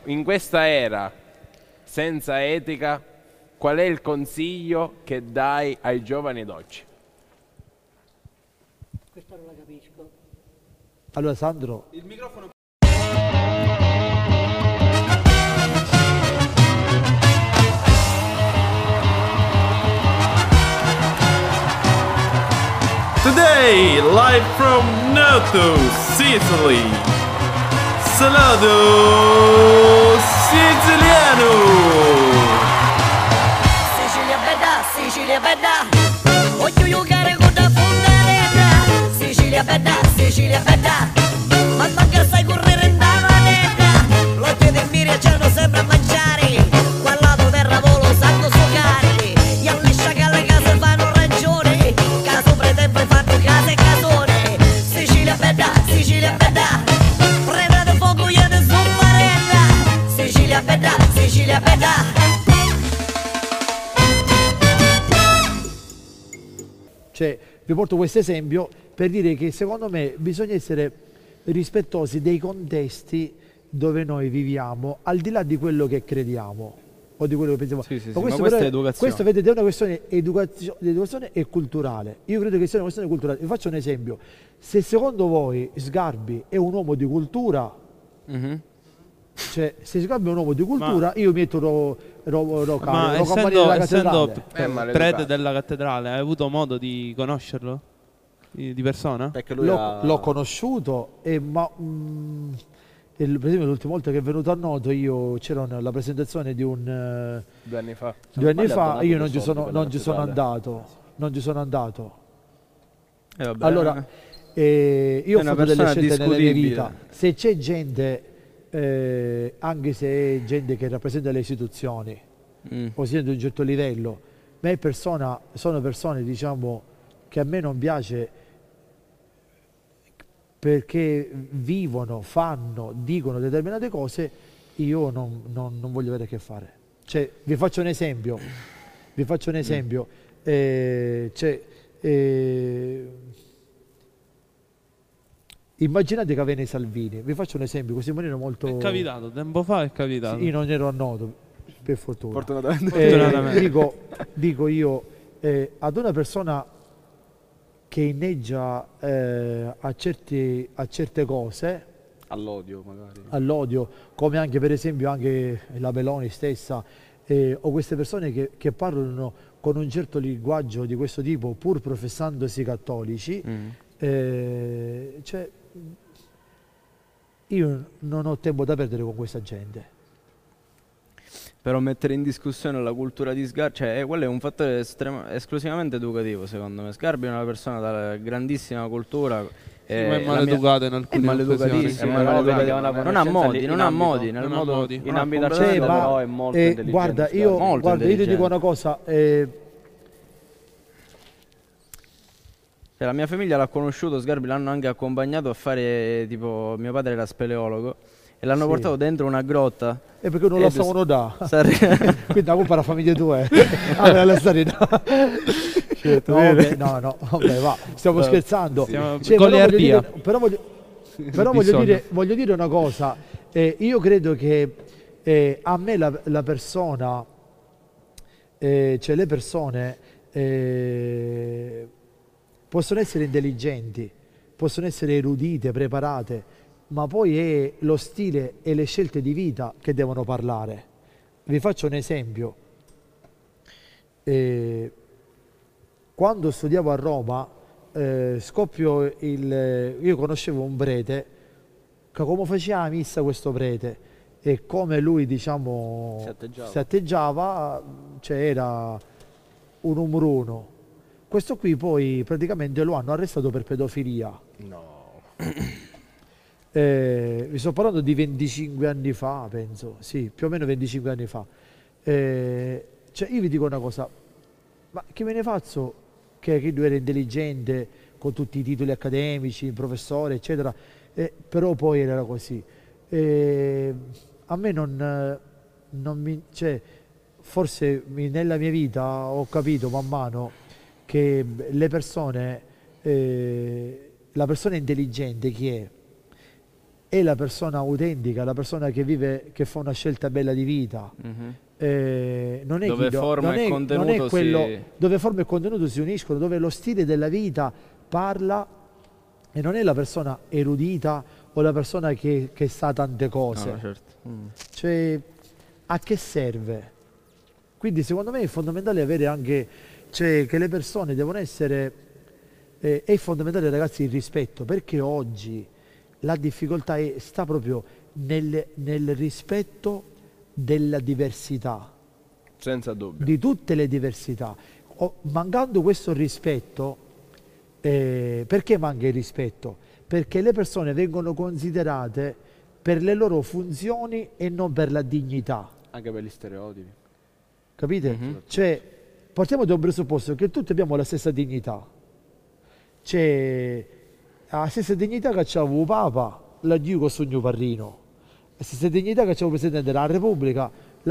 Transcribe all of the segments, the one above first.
in questa era senza etica, qual è il consiglio che dai ai giovani d'oggi? Questa non la capisco. Allora Sandro, Il microfono. Today, live from Noto, Sicily. Salado siciliano. Sicilia bella, voglio giocare con la fontanella. Sicilia bella, ma manca sai correre in tavanella. L'occhio del miriagiano sembra mangiare, qua lato terra volo sanno suocare. Gli alliscia che alle case fanno ragione, caso pretempo hai fatto casa e casone. Sicilia bella, prendete fuoco io ne sono farella. Sicilia bella. cioè, vi porto questo esempio per dire che secondo me bisogna essere rispettosi dei contesti dove noi viviamo, al di là di quello che crediamo o di quello che pensiamo. Sì, Ma questa però è educazione. questo vedete è una questione di educazione e culturale. Io credo che sia una questione culturale. Vi faccio un esempio. Se secondo voi Sgarbi è un uomo di cultura, cioè se Sgarbi è un uomo di cultura, io metto Ma campanile della essendo cattedrale. maleducato. prete della cattedrale, hai avuto modo di conoscerlo? Di persona? Perché lui L'ho conosciuto, per esempio l'ultima volta che è venuto a Noto io c'era la presentazione di un 2 anni fa. 2 anni sbaglio, ha fa, donato io dei soldi per la non ci sono cattedrale. andato, non ci sono andato. Vabbè. Allora, io ho una fatto delle persona scelte nella mia discutibile. vita. Se c'è gente, anche se è gente che rappresenta le istituzioni, o sia di un certo livello, ma sono persone, diciamo, che a me non piace perché vivono, fanno, dicono determinate cose, io non voglio avere a che fare. Cioè, vi faccio un esempio. Immaginate che avviene i Salvini, vi faccio un esempio, così in maniera molto... È capitato, tempo fa è capitato. Io non ero a Noto, per fortuna. Fortunatamente. Fortunatamente. Dico io, ad una persona che inneggia a certe cose, All'odio magari. all'odio, come anche per esempio anche la Meloni stessa, o queste persone che parlano con un certo linguaggio di questo tipo, pur professandosi cattolici, cioè, io non ho tempo da perdere con questa gente. Però mettere in discussione la cultura di Sgarbi, cioè quello è un fattore esclusivamente educativo secondo me. Sgarbi è una persona dalla grandissima cultura. Ma è maleducato in alcune maleducatissimo, occasioni. non ha modi, nel modo In ambito Cioè, artistico ma, però è molto intelligente. guarda, Sgarbi. Molto io ti dico una cosa, Cioè, la mia famiglia l'ha conosciuto, Sgarbi l'hanno anche accompagnato a fare, tipo, mio padre era speleologo e l'hanno Sì. portato dentro una grotta. è perché non lo stavano da. Quindi la colpa è la famiglia tua. La storia no, vabbè, va, stiamo scherzando. Cioè, goliardia. però voglio dire una cosa, io credo che a me la persona, cioè le persone possono essere intelligenti, possono essere erudite, preparate, ma poi è lo stile e le scelte di vita che devono parlare. Vi faccio un esempio. Quando studiavo a Roma, io conoscevo un prete, che come faceva la missa questo prete e come lui, diciamo, si atteggiava, cioè era un numero uno. Questo qui poi praticamente lo hanno arrestato per pedofilia. No. Vi sto parlando di 25 anni fa, penso, sì, più o meno 25 anni fa. Cioè io vi dico una cosa, ma che me ne faccio che lui era intelligente, con tutti i titoli accademici, professore, eccetera, però poi era così. A me non mi... Cioè, forse nella mia vita ho capito man mano che le persone, la persona intelligente chi è è la persona autentica, la persona che vive, che fa una scelta bella di vita. Non è Dove forma non e è, contenuto non è quello si- dove forma e contenuto si uniscono, dove lo stile della vita parla e non è la persona erudita o la persona che sa tante cose. No, certo. Cioè, a che serve? Quindi secondo me è fondamentale avere anche, cioè, che le persone devono essere, è fondamentale ragazzi il rispetto, perché oggi la difficoltà sta proprio nel rispetto della diversità, Senza dubbio. di tutte le diversità. Mancando questo rispetto, perché manca il rispetto? Perché le persone vengono considerate per le loro funzioni e non per la dignità. Anche per gli stereotipi. Capite? Cioè, partiamo da un presupposto che tutti abbiamo la stessa dignità. C'è la stessa dignità che c'aveva il Papa, la Dio con sogno parrino. La stessa dignità che c'aveva il Presidente della Repubblica,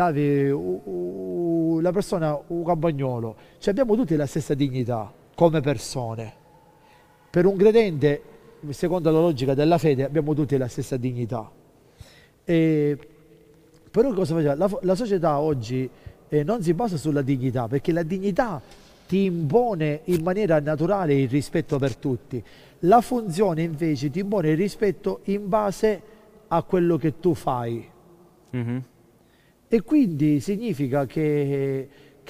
la persona, un campagnolo. Cioè, abbiamo tutti la stessa dignità come persone. Per un credente, secondo la logica della fede, abbiamo tutti la stessa dignità. Però cosa facciamo? La società oggi non si basa sulla dignità, perché la dignità ti impone in maniera naturale il rispetto per tutti. La funzione invece ti impone il rispetto in base a quello che tu fai. E quindi significa che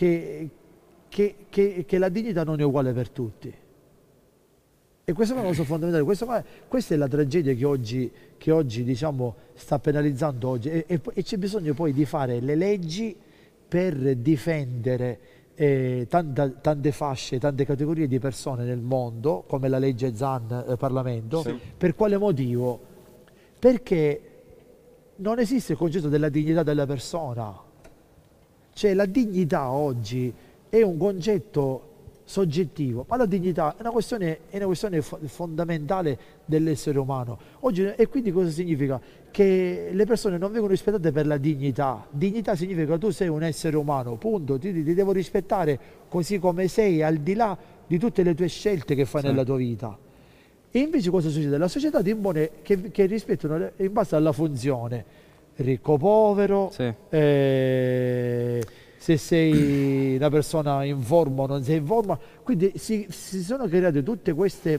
la dignità non è uguale per tutti. E questa è una cosa fondamentale, questa è la tragedia che oggi diciamo, sta penalizzando oggi e c'è bisogno poi di fare le leggi per difendere tante fasce, tante categorie di persone nel mondo, come la legge Zan Parlamento. Sì. Per quale motivo? Perché non esiste il concetto della dignità della persona. Cioè la dignità oggi è un concetto soggettivo, ma la dignità è una questione fondamentale dell'essere umano. Oggi, e quindi cosa significa? Che le persone non vengono rispettate per la dignità. Dignità significa che tu sei un essere umano, punto, ti devo rispettare così come sei, al di là di tutte le tue scelte che fai nella tua vita. E invece cosa succede? La società ti impone che rispettano in base alla funzione, ricco povero, se sei una persona in forma o non sei in forma. Quindi si sono create tutte queste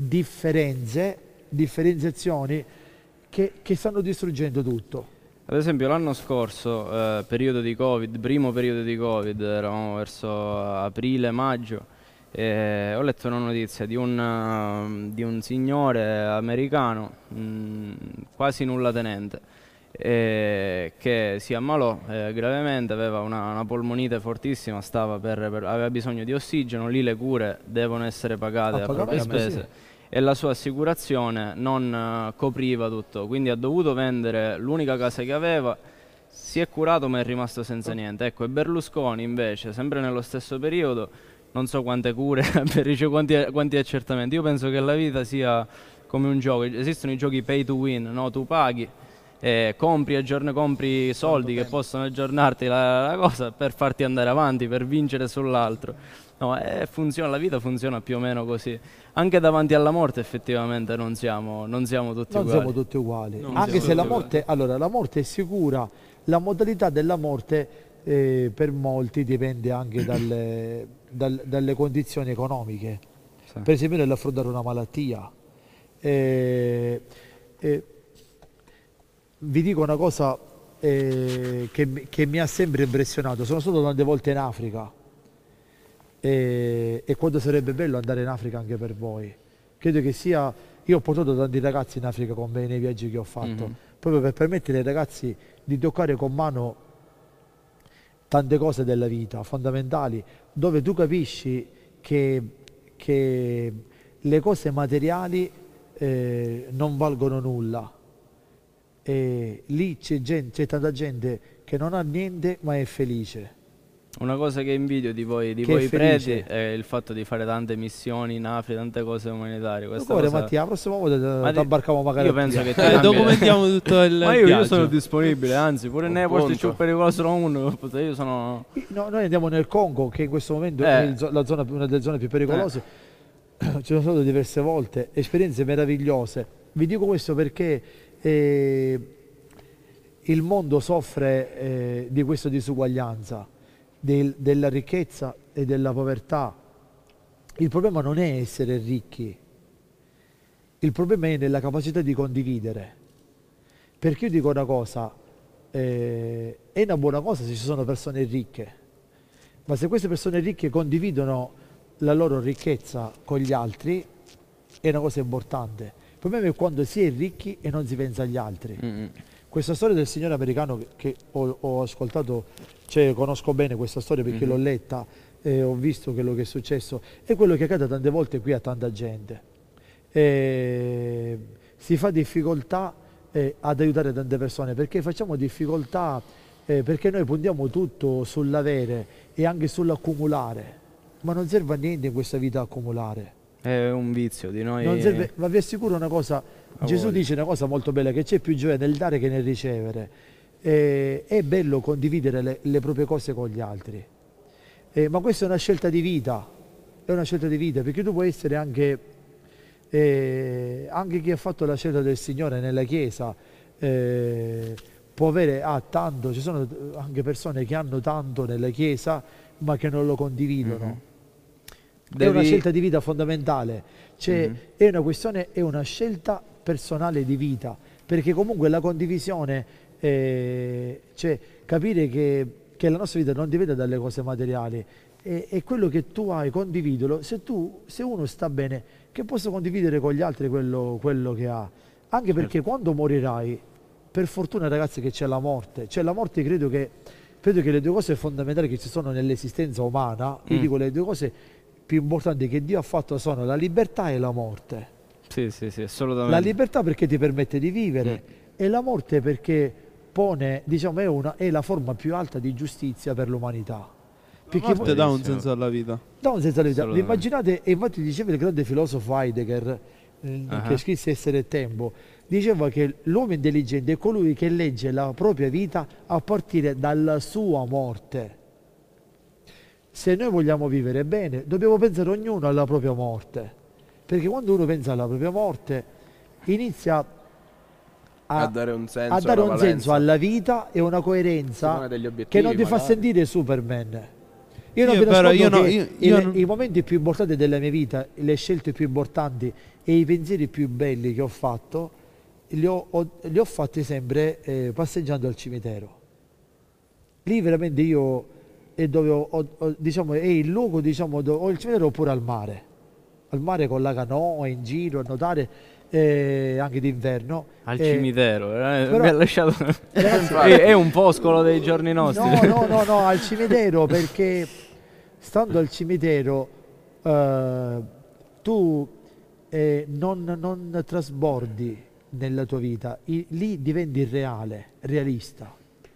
differenziazioni che stanno distruggendo tutto. Ad esempio l'anno scorso, periodo di Covid, primo periodo di Covid, eravamo verso aprile, maggio, e ho letto una notizia di un signore americano, quasi nullatenente, che si ammalò gravemente, aveva una polmonite fortissima, aveva bisogno di ossigeno, lì le cure devono essere pagate a proprie spese. E la sua assicurazione non copriva tutto, quindi ha dovuto vendere l'unica casa che aveva, si è curato ma è rimasto senza niente. Ecco, e Berlusconi invece, sempre nello stesso periodo, non so quante cure, quanti accertamenti. Io penso che la vita sia come un gioco, esistono i giochi pay to win, no? Tu paghi, compri soldi che possono aggiornarti la cosa per farti andare avanti, per vincere sull'altro. No, la vita funziona più o meno così. Anche davanti alla morte effettivamente non siamo tutti uguali. Siamo tutti uguali. Anche se la morte è sicura, la modalità della morte per molti dipende anche dalle condizioni economiche. Sì. Per esempio nell'affrontare una malattia. Vi dico una cosa che mi ha sempre impressionato. Sono stato tante volte in Africa. E quando sarebbe bello andare in Africa anche per voi. Credo che sia, io ho portato tanti ragazzi in Africa con me nei viaggi che ho fatto, proprio per permettere ai ragazzi di toccare con mano tante cose della vita fondamentali, dove tu capisci che le cose materiali non valgono nulla. E lì c'è tanta gente che non ha niente ma è felice. Una cosa che invidio di voi preti è il fatto di fare tante missioni in Africa, tante cose umanitarie. Mattia, la prossima volta ti abbarcamo magari. Io penso che documentiamo tutto il ma io viaggio. sono disponibile, anzi pure nei posti più pericolosi del mondo, io sono... Noi andiamo nel Congo, che in questo momento è una delle zone più pericolose. Ci sono stato diverse volte, esperienze meravigliose. Vi dico questo perché E il mondo soffre di questa disuguaglianza, della ricchezza e della povertà. Il problema non è essere ricchi, il problema è nella capacità di condividere. Perché io dico una cosa, è una buona cosa se ci sono persone ricche, ma se queste persone ricche condividono la loro ricchezza con gli altri, è una cosa importante. Il problema è quando si è ricchi e non si pensa agli altri. Questa storia del signore americano che ho ascoltato, cioè conosco bene questa storia perché l'ho letta e ho visto quello che è successo, è quello che accade tante volte qui a tanta gente. Si fa difficoltà ad aiutare tante persone perché facciamo difficoltà perché noi puntiamo tutto sull'avere e anche sull'accumulare, ma non serve a niente in questa vita accumulare. È un vizio di noi. Non serve, ma vi assicuro una cosa, Gesù dice una cosa molto bella, che c'è più gioia nel dare che nel ricevere. È bello condividere le proprie cose con gli altri, ma questa è una scelta di vita, è una scelta di vita, perché tu puoi essere anche chi ha fatto la scelta del Signore nella Chiesa, può avere tanto, ci sono anche persone che hanno tanto nella Chiesa ma che non lo condividono. È una scelta di vita fondamentale, cioè è una questione, è una scelta personale di vita, perché comunque la condivisione, cioè capire che la nostra vita non dipende dalle cose materiali, è quello che tu hai, condividilo. Se uno sta bene, che possa condividere con gli altri quello che ha, anche perché quando morirai, per fortuna ragazzi che c'è la morte, credo che le due cose fondamentali che ci sono nell'esistenza umana, io dico le due cose più importanti che Dio ha fatto sono la libertà e la morte. Sì, assolutamente. La libertà perché ti permette di vivere e la morte perché pone, diciamo, è la forma più alta di giustizia per l'umanità. La morte dà un senso alla vita. Dà un senso alla vita. Vi immaginate, e infatti diceva il grande filosofo Heidegger, che scrisse Essere e Tempo, diceva che l'uomo intelligente è colui che legge la propria vita a partire dalla sua morte. Se noi vogliamo vivere bene, dobbiamo pensare ognuno alla propria morte, perché quando uno pensa alla propria morte inizia a dare un senso alla vita e una coerenza che non ti fa sentire Superman. Io non vi nascondo che i momenti più importanti della mia vita, le scelte più importanti e i pensieri più belli che ho fatto, li ho fatti sempre passeggiando al cimitero. Lì veramente io è dove diciamo, è il luogo, diciamo, dove ho il cimitero oppure al mare con la canoa in giro a nuotare anche d'inverno. Al cimitero, però, mi ha lasciato è un poscolo dei giorni nostri. No, al cimitero, perché stando al cimitero tu non trasbordi nella tua vita, lì diventi realista,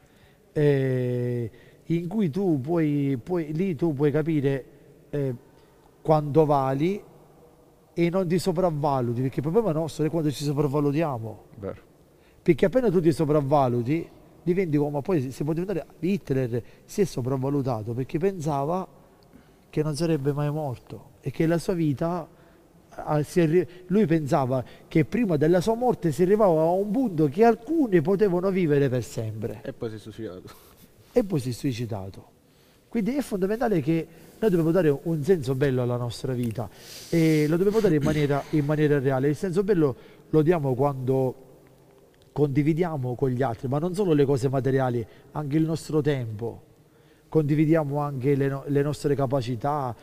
in cui tu puoi capire quanto vali e non ti sopravvaluti, perché il problema nostro è quando ci sopravvalutiamo. Vero. Perché appena tu ti sopravvaluti diventi come, poi si può diventare, Hitler si è sopravvalutato perché pensava che non sarebbe mai morto e che la sua vita lui pensava che prima della sua morte si arrivava a un punto che alcuni potevano vivere per sempre. E poi si è suicidato. Quindi è fondamentale che noi dobbiamo dare un senso bello alla nostra vita e lo dobbiamo dare in maniera reale. Il senso bello lo diamo quando condividiamo con gli altri, ma non solo le cose materiali, anche il nostro tempo. Condividiamo anche le nostre capacità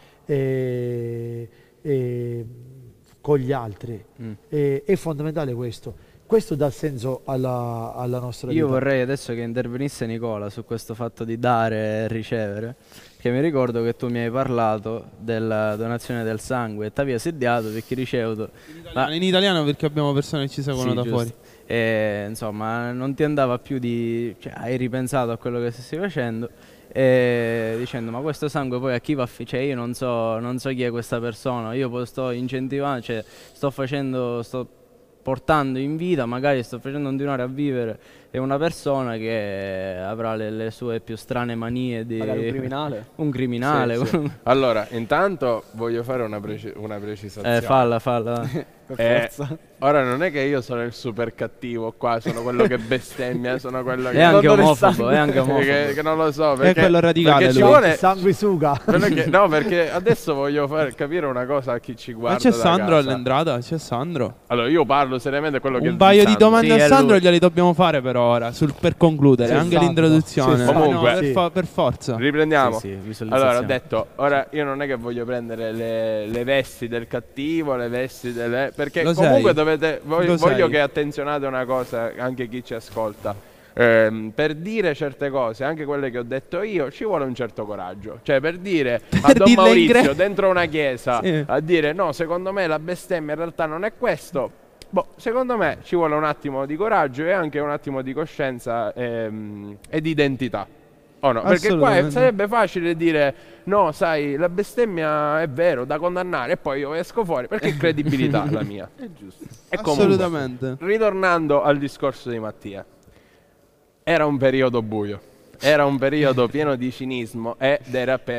con gli altri. È fondamentale questo. Questo dà senso alla nostra vita. Io vorrei adesso che intervenisse Nicola su questo fatto di dare e ricevere, che mi ricordo che tu mi hai parlato della donazione del sangue e ti avevi assediato perché ricevuto in italiano perché abbiamo persone che ci seguono da fuori. E, insomma, non ti andava più cioè, hai ripensato a quello che stessi facendo e dicendo ma questo sangue poi a chi va cioè io non so chi è questa persona, io sto incentivando, cioè sto portando in vita, magari sto facendo continuare a vivere è una persona che avrà le sue più strane manie di Magari un criminale. un criminale. Sì, sì. Allora, intanto voglio fare una precisazione. Falla. Per forza. Ora non è che io sono il super cattivo qua, sono quello che bestemmia, sono quello È che... anche Non lo omofobo, è anche omofobo. che non lo so, perché, quello radicale, perché ci lui. vuole... Sanguisuga. No, perché adesso voglio far capire una cosa a chi ci guarda. Ma c'è da Sandro casa. all'entrata? C'è Sandro? Allora, io parlo seriamente quello che Un paio di domande Sì, a è Sandro lui. glieli dobbiamo fare per ora, per concludere, Sì, anche Sandro. l'introduzione. Sì, Sandro. Comunque, No, sì. per forza. Riprendiamo. Sì, visualizzazione. Allora, ho detto, ora io non è che voglio prendere le vesti del cattivo, le vesti delle... Perché Lo comunque sei. dovete... Lo Voglio sei. che attenzionate una cosa, anche chi ci ascolta. Per dire certe cose, anche quelle che ho detto io, ci vuole un certo coraggio. Cioè, per dire a Per Don dirle in Maurizio dentro una chiesa, Sì. a dire no, secondo me la bestemmia in realtà non è questo. Boh, secondo me ci vuole un attimo di coraggio e anche un attimo di coscienza e di identità. O no? Perché qua Assolutamente. sarebbe facile dire no, sai, la bestemmia è vero, da condannare, e poi io esco fuori, perché credibilità la mia. È giusto. E comunque, Assolutamente. ritornando al discorso di Mattia, era un periodo buio, era un periodo pieno di cinismo ed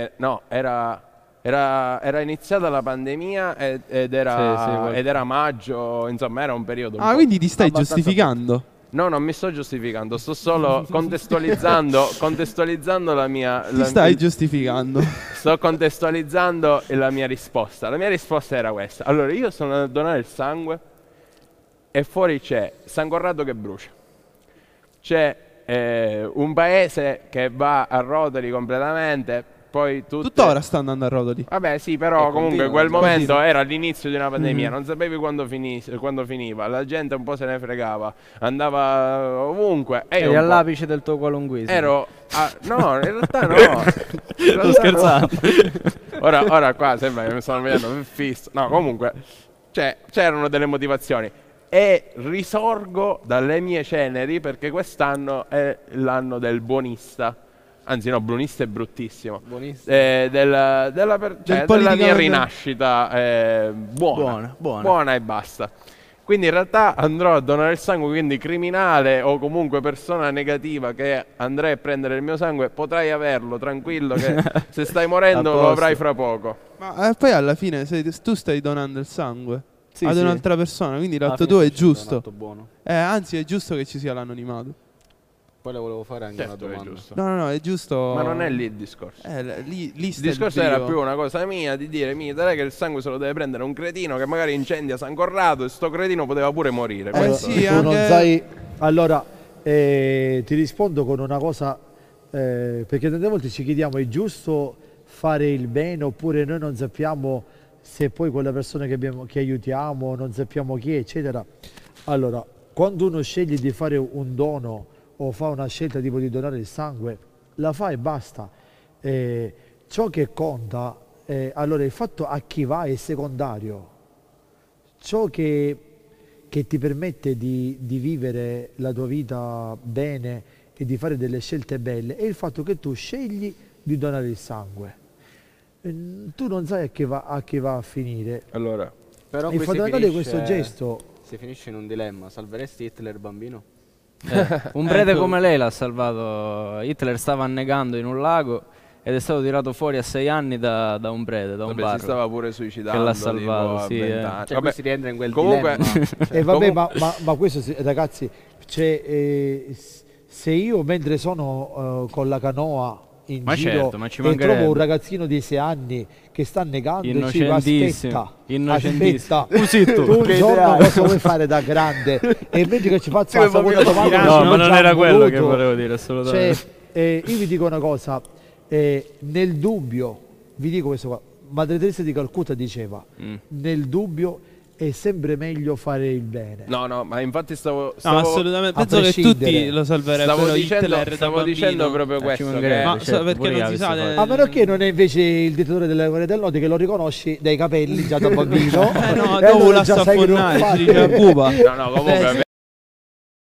era iniziata la pandemia ed era maggio, insomma era un periodo un Ah, po'... quindi ti stai abbastanza giustificando? No, non mi sto giustificando, sto solo contestualizzando la mia... Ti stai giustificando. Sto contestualizzando la mia risposta. La mia risposta era questa. Allora, io sono andato a donare il sangue e fuori c'è San Corrado che brucia. C'è un paese che va a rotoli completamente, poi Tuttora sta andando a rotoli. Vabbè sì, però E comunque continua, quel momento continua. era l'inizio di una pandemia, Mhm. non sapevi quando finiva, la gente un po' se ne fregava, andava ovunque e io Eri un po' all'apice del tuo qualunquismo. ero... no, in realtà no. In realtà scherzando. no. Ora qua sembra che mi stanno vedendo fisso. No, comunque c'erano delle motivazioni. E risorgo dalle mie ceneri perché quest'anno è l'anno del buonista. Anzi no, buonista è bruttissimo. Buonissimo. Della mia politicamente- rinascita buona. Buona. Buona e basta. Quindi in realtà andrò a donare il sangue, quindi criminale o comunque persona negativa che andrei a prendere il mio sangue, potrai averlo tranquillo che se stai morendo A lo posto. avrai fra poco. Ma poi alla fine tu stai donando il sangue Sì, ad sì. un'altra persona, quindi Alla l'atto fine tuo è sto facendo un giusto. atto buono. Anzi, è giusto che ci sia l'anonimato. Poi le volevo fare anche Certo una è domanda. giusto. No, Oh. è giusto. Ma non è lì il discorso. Lì Il sta discorso il era brio. più una cosa mia di dire dai che il sangue se lo deve prendere un cretino che magari incendia San Corrado e sto cretino poteva pure morire. Questo- sì, tu non anche- sai. Allora, ti rispondo con una cosa, perché tante volte ci chiediamo: è giusto fare il bene oppure noi non sappiamo se poi quella persona che aiutiamo, non sappiamo chi è, eccetera. Allora, quando uno sceglie di fare un dono o fa una scelta tipo di donare il sangue, la fa e basta. Ciò che conta, allora il fatto a chi va è secondario. Ciò che ti permette di vivere la tua vita bene e di fare delle scelte belle è il fatto che tu scegli di donare il sangue. Tu non sai a chi va a finire. Allora, Però E qui si fondamentale finisce- questo gesto. Si finisce in un dilemma. Salveresti Hitler bambino? Un prete come lei l'ha salvato. Hitler stava annegando in un lago ed è stato tirato fuori a 6 anni da un prete, da un vabbè, si parroco. stava pure suicidando. Che l'ha tipo, salvato, a sì, 20 eh. anni. Cioè, Vabbè, qui si rientra in quel comunque- dilemma. E vabbè, Comunque- ma questo ragazzi, se io mentre sono con la canoa in Ma giro certo, ma ci e trovo mancherebbe. un ragazzino di 6 anni che sta negando e ci dico, Innocentissimo, aspetta, innocentissimo. aspetta, Così tu, un che giorno ideale. cosa vuoi fare da grande? E invece che ci faccia la seconda bambino domanda, tirano. ci No, ho ma non già era quello che voluto. volevo dire, assolutamente. Cioè, io vi dico una cosa, nel dubbio, vi dico questo qua, Madre Teresa di Calcutta diceva, nel dubbio è sempre meglio fare il bene. No, ma infatti stavo No, assolutamente. a Penso che prescindere. tutti lo salverebbero. Hitler da stavo bambino. dicendo proprio ci questo. mancherebbe. Ma certo, perché pure non io si avessi sa. fatto. A meno che non è invece il dittatore della Guerra del Nord che lo riconosci dai capelli già da bambino. No, E dopo allora la già sta sai che non fornare, fa- si dice a Cuba. No, comunque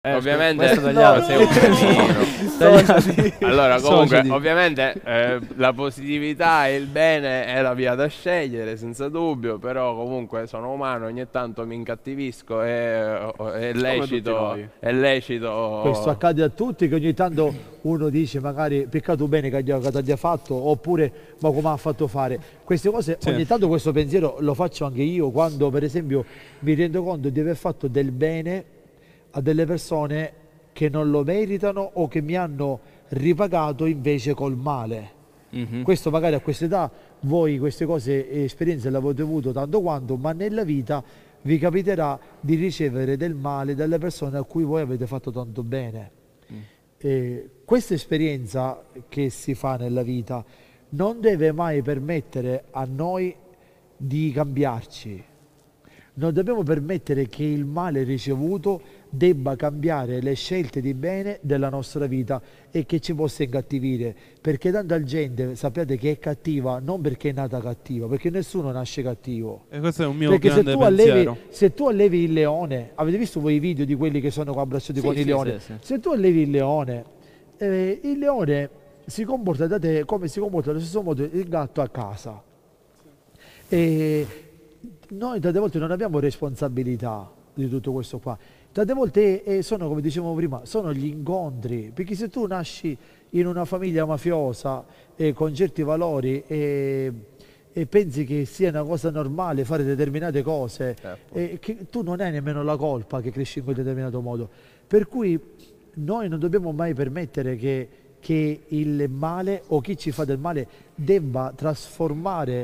Ovviamente questo tagliato. sei un cretino. Allora, comunque, Sociati. ovviamente la positività e il bene è la via da scegliere, senza dubbio, però comunque sono umano, ogni tanto mi incattivisco e è lecito, noi. è lecito. Questo accade a tutti, che ogni tanto uno dice magari peccato bene che ti abbia fatto, oppure ma come ha fatto fare. Queste cose, Sì. ogni tanto questo pensiero lo faccio anche io, quando per esempio mi rendo conto di aver fatto del bene a delle persone che non lo meritano o che mi hanno ripagato invece col male. Mhm. Questo magari a quest'età voi queste cose e esperienze le avete avuto tanto quanto, ma nella vita vi capiterà di ricevere del male dalle persone a cui voi avete fatto tanto bene. E questa esperienza che si fa nella vita non deve mai permettere a noi di cambiarci. Non dobbiamo permettere che il male ricevuto debba cambiare le scelte di bene della nostra vita e che ci possa incattivire, perché tanta gente sappiate che è cattiva non perché è nata cattiva, perché nessuno nasce cattivo. E questo è un mio Perché grande pensiero. se tu allevi il leone, avete visto voi i video di quelli che sono abbracciati con il leone? sì. Se tu allevi il leone si comporta da te come si comporta allo stesso modo il gatto a casa. E noi tante volte non abbiamo responsabilità di tutto questo qua. Tante volte sono, come dicevamo prima, sono gli incontri, perché se tu nasci in una famiglia mafiosa con certi valori e pensi che sia una cosa normale fare determinate cose, che tu non hai nemmeno la colpa che cresci in quel determinato modo. Per cui noi non dobbiamo mai permettere che il male o chi ci fa del male debba trasformare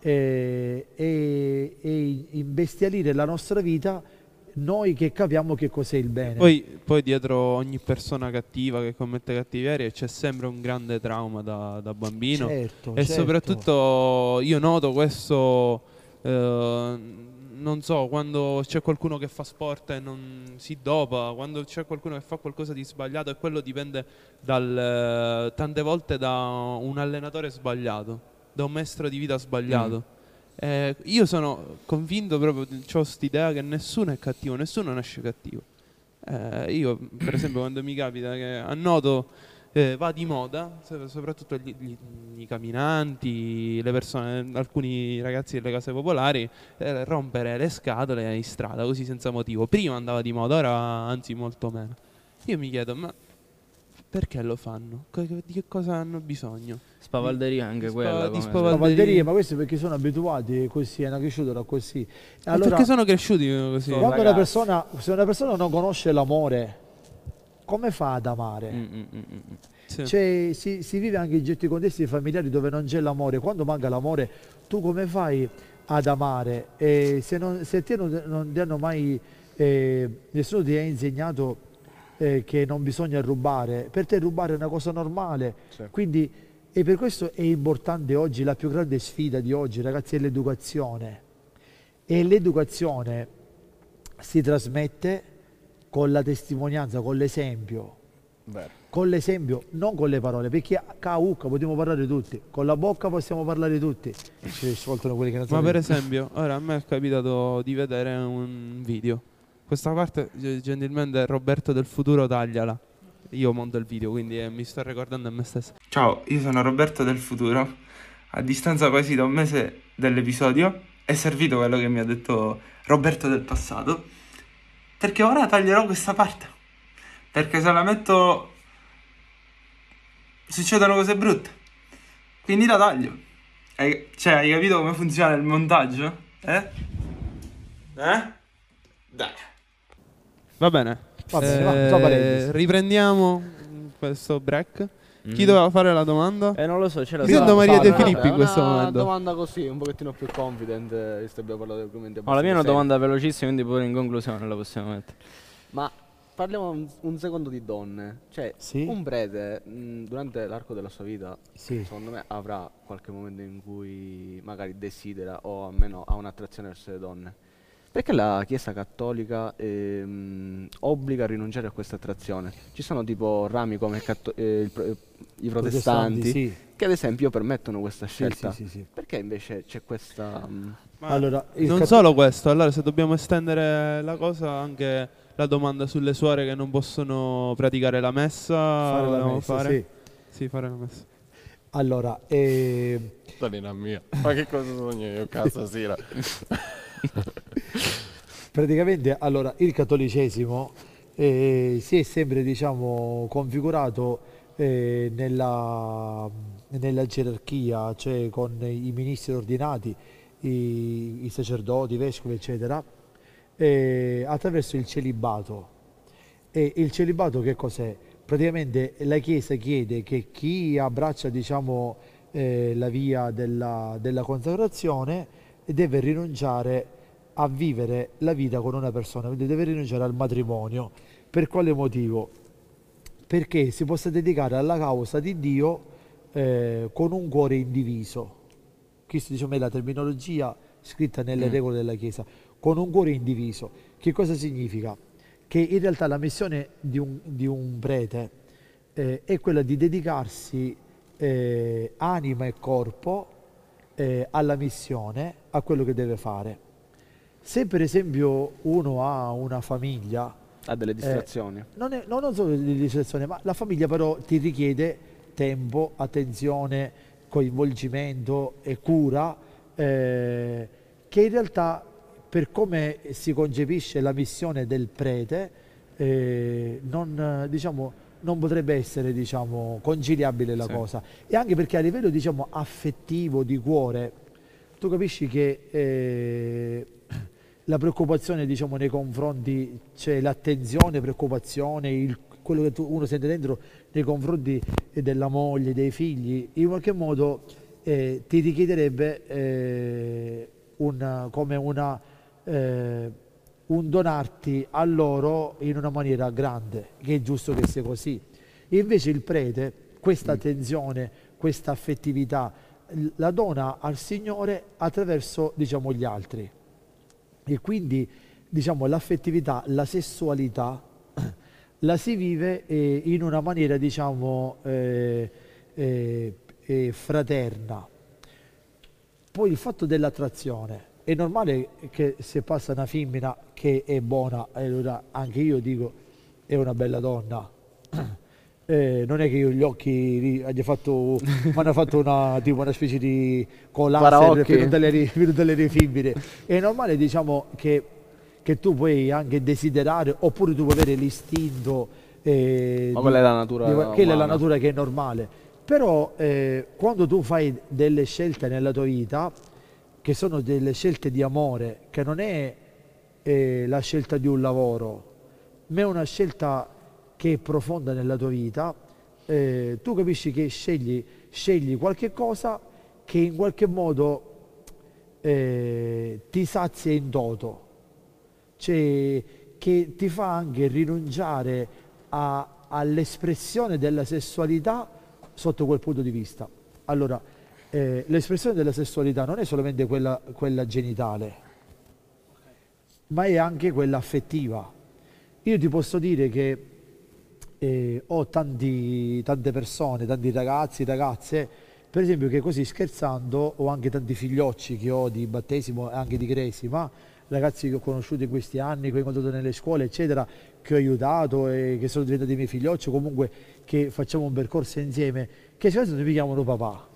e imbestialire la nostra vita, noi che capiamo che cos'è il bene. Poi dietro ogni persona cattiva che commette cattiverie c'è sempre un grande trauma da bambino. Certo, E certo. soprattutto io noto questo, non so, quando c'è qualcuno che fa sport e non si dopa, quando c'è qualcuno che fa qualcosa di sbagliato, e quello dipende tante volte da un allenatore sbagliato, da un maestro di vita sbagliato. Io sono convinto proprio, ho quest'idea che nessuno è cattivo, nessuno nasce cattivo. Io per esempio quando mi capita che a Noto va di moda, soprattutto i camminanti, le persone, alcuni ragazzi delle case popolari, rompere le scatole in strada così senza motivo. Prima andava di moda, ora anzi molto meno. Io mi chiedo, ma perché lo fanno? Di che cosa hanno bisogno? Spavalderia anche quella. di come Cavallerie, ma questo perché sono abituati così, hanno cresciuto da così. Allora, perché sono cresciuti così? quando se una persona non conosce l'amore, come fa ad amare? Sì. Cioè, si vive anche in certi contesti familiari dove non c'è l'amore. Quando manca l'amore, tu come fai ad amare? Se te non ti hanno mai, nessuno ti ha insegnato che non bisogna rubare, per te rubare è una cosa normale. Quindi, e per questo è importante oggi, la più grande sfida di oggi, ragazzi, è l'educazione. E l'educazione si trasmette con la testimonianza, con l'esempio. Con l'esempio, non con le parole, perché caucca possiamo parlare tutti, con la bocca possiamo parlare tutti. Ci ascoltano quelli che non Ma sanno. per esempio, ora a me è capitato di vedere un video. Questa parte gentilmente Roberto del futuro tagliala. Io monto il video, quindi mi sto ricordando a me stesso. Ciao, io sono Roberto del futuro. A distanza quasi da un mese dall'episodio è servito quello che mi ha detto Roberto del passato, perché ora taglierò questa parte. Perché se la metto succedono cose brutte. Quindi la taglio. Hai capito come funziona il montaggio? Dai. Va bene. Va bene, va, tra parentesi. Riprendiamo questo break. Chi doveva fare la domanda? non lo so, c'è la Io do Maria De Sara. Filippi in questo Una momento. domanda così, un pochettino più confident, visto che abbiamo parlato di argomenti la mia è una abbastanza domanda velocissima, quindi pure in conclusione la possiamo mettere. seri. Ma parliamo un secondo di donne. Cioè, Sì. un prete, durante l'arco della sua vita, Sì. secondo me avrà qualche momento in cui magari desidera o almeno ha un'attrazione verso le donne. Perché la Chiesa Cattolica obbliga a rinunciare a questa attrazione? Ci sono tipo rami come i protestanti sì. che ad esempio permettono questa Sì, scelta. sì. Perché invece c'è questa... Ma Allora, il non solo questo, allora se dobbiamo estendere la cosa anche la domanda sulle suore che non possono praticare la messa. Fare la Dobbiamo messa, fare? sì. Sì, fare la messa. Allora, Stalina mia. Ma che cosa sogno io stasera? praticamente allora, il cattolicesimo si è sempre diciamo, configurato nella gerarchia, cioè con i ministri ordinati, i sacerdoti, i vescovi, eccetera, attraverso il celibato. E il celibato che cos'è? Praticamente la Chiesa chiede che chi abbraccia diciamo, la via della consacrazione deve rinunciare a vivere la vita con una persona, quindi deve rinunciare al matrimonio. Per quale motivo? Perché si possa dedicare alla causa di Dio con un cuore indiviso. Questo diciamo, è la terminologia scritta nelle regole della Chiesa, con un cuore indiviso. Che cosa significa? Che in realtà la missione di un prete è quella di dedicarsi anima e corpo alla missione, a quello che deve fare. Se per esempio uno ha una famiglia, Ha delle distrazioni. non solo di distrazione, ma la famiglia però ti richiede tempo, attenzione, coinvolgimento e cura, che in realtà per come si concepisce la missione del prete non potrebbe essere diciamo, conciliabile la cosa. E anche perché a livello diciamo, affettivo, di cuore, tu capisci che la preoccupazione diciamo, nei confronti, c'è l'attenzione, preoccupazione, quello che uno sente dentro nei confronti della moglie, dei figli, in qualche modo ti richiederebbe un donarti a loro in una maniera grande, che è giusto che sia così. E invece il prete, questa attenzione, questa affettività, la dona al Signore attraverso diciamo, gli altri. E quindi diciamo, l'affettività, la sessualità la si vive in una maniera diciamo fraterna. Poi il fatto dell'attrazione, è normale che se passa una femmina che è buona, allora anche io dico è una bella donna. Non è che io gli occhi mi hanno fatto tipo una specie di collage per dalle femmine. È normale diciamo che tu puoi anche desiderare, oppure tu puoi avere l'istinto Ma quella è la natura quella è la umana. natura che è normale. Però quando tu fai delle scelte nella tua vita, che sono delle scelte di amore, che non è la scelta di un lavoro, ma è una scelta che è profonda nella tua vita, tu capisci che scegli qualche cosa che in qualche modo ti sazia in toto, cioè che ti fa anche rinunciare all'espressione della sessualità sotto quel punto di vista. Allora, l'espressione della sessualità non è solamente quella genitale, ma è anche quella affettiva. Io ti posso dire che ho tante persone, tanti ragazzi, ragazze, per esempio che così scherzando ho anche tanti figliocci che ho di battesimo e anche di cresima, ragazzi che ho conosciuto in questi anni, che ho incontrato nelle scuole, eccetera, che ho aiutato e che sono diventati i miei figliocci, comunque che facciamo un percorso insieme, che spesso mi chiamano papà.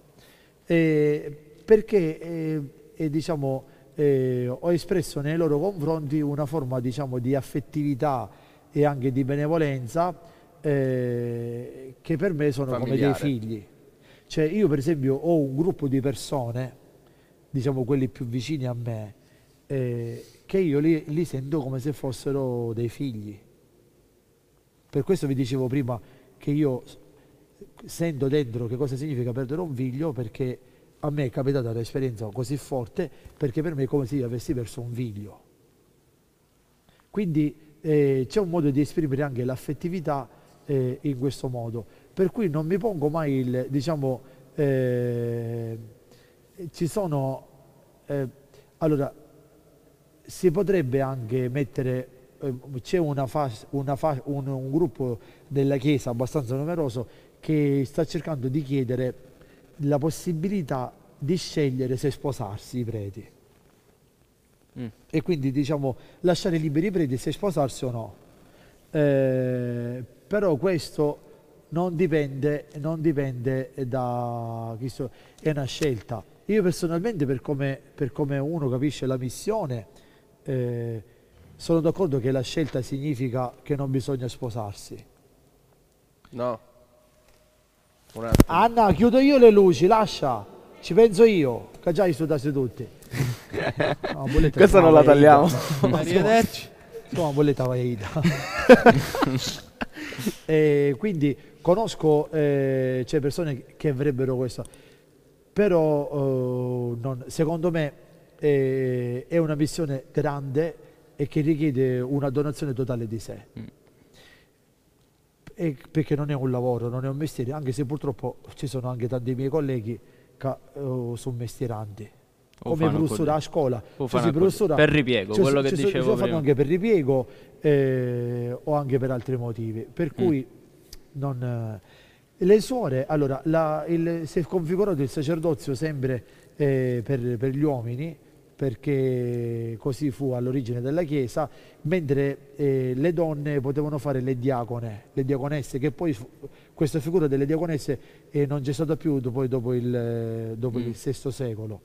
Perché diciamo, ho espresso nei loro confronti una forma diciamo, di affettività e anche di benevolenza che per me sono Familiare. come dei figli. Cioè io per esempio ho un gruppo di persone, diciamo quelli più vicini a me, che io li sento come se fossero dei figli. Per questo vi dicevo prima che io sento dentro che cosa significa perdere un figlio, perché a me è capitata un'esperienza così forte, perché per me è come se io avessi perso un figlio. Quindi c'è un modo di esprimere anche l'affettività in questo modo, per cui non mi pongo mai il, diciamo, ci sono, allora, si potrebbe anche mettere, c'è un gruppo della Chiesa abbastanza numeroso che sta cercando di chiedere la possibilità di scegliere se sposarsi i preti. e quindi diciamo lasciare liberi i preti se sposarsi o no. Però questo non dipende da chi è una scelta. Io personalmente, per come uno capisce la missione, sono d'accordo che la scelta significa che non bisogna sposarsi. No. Un attimo. Anna, chiudo io le luci, lascia, ci penso io, che già studiate tutti. No, Questa non la tagliamo. Arrivederci. No, bolletta vaida. Quindi conosco c'è persone che avrebbero questo, però secondo me è una missione grande e che richiede una donazione totale di sé. Perché non è un lavoro, non è un mestiere, anche se purtroppo ci sono anche tanti miei colleghi che sono mestieranti. Come professore a scuola, per ripiego, quello che dicevo prima. Fanno anche per ripiego o anche per altri motivi. Per cui le suore, allora, si è configurato il sacerdozio sempre per gli uomini, perché così fu all'origine della Chiesa, mentre le donne potevano fare le diacone, le diaconesse, che poi questa figura delle diaconesse non c'è stata più dopo il VI secolo.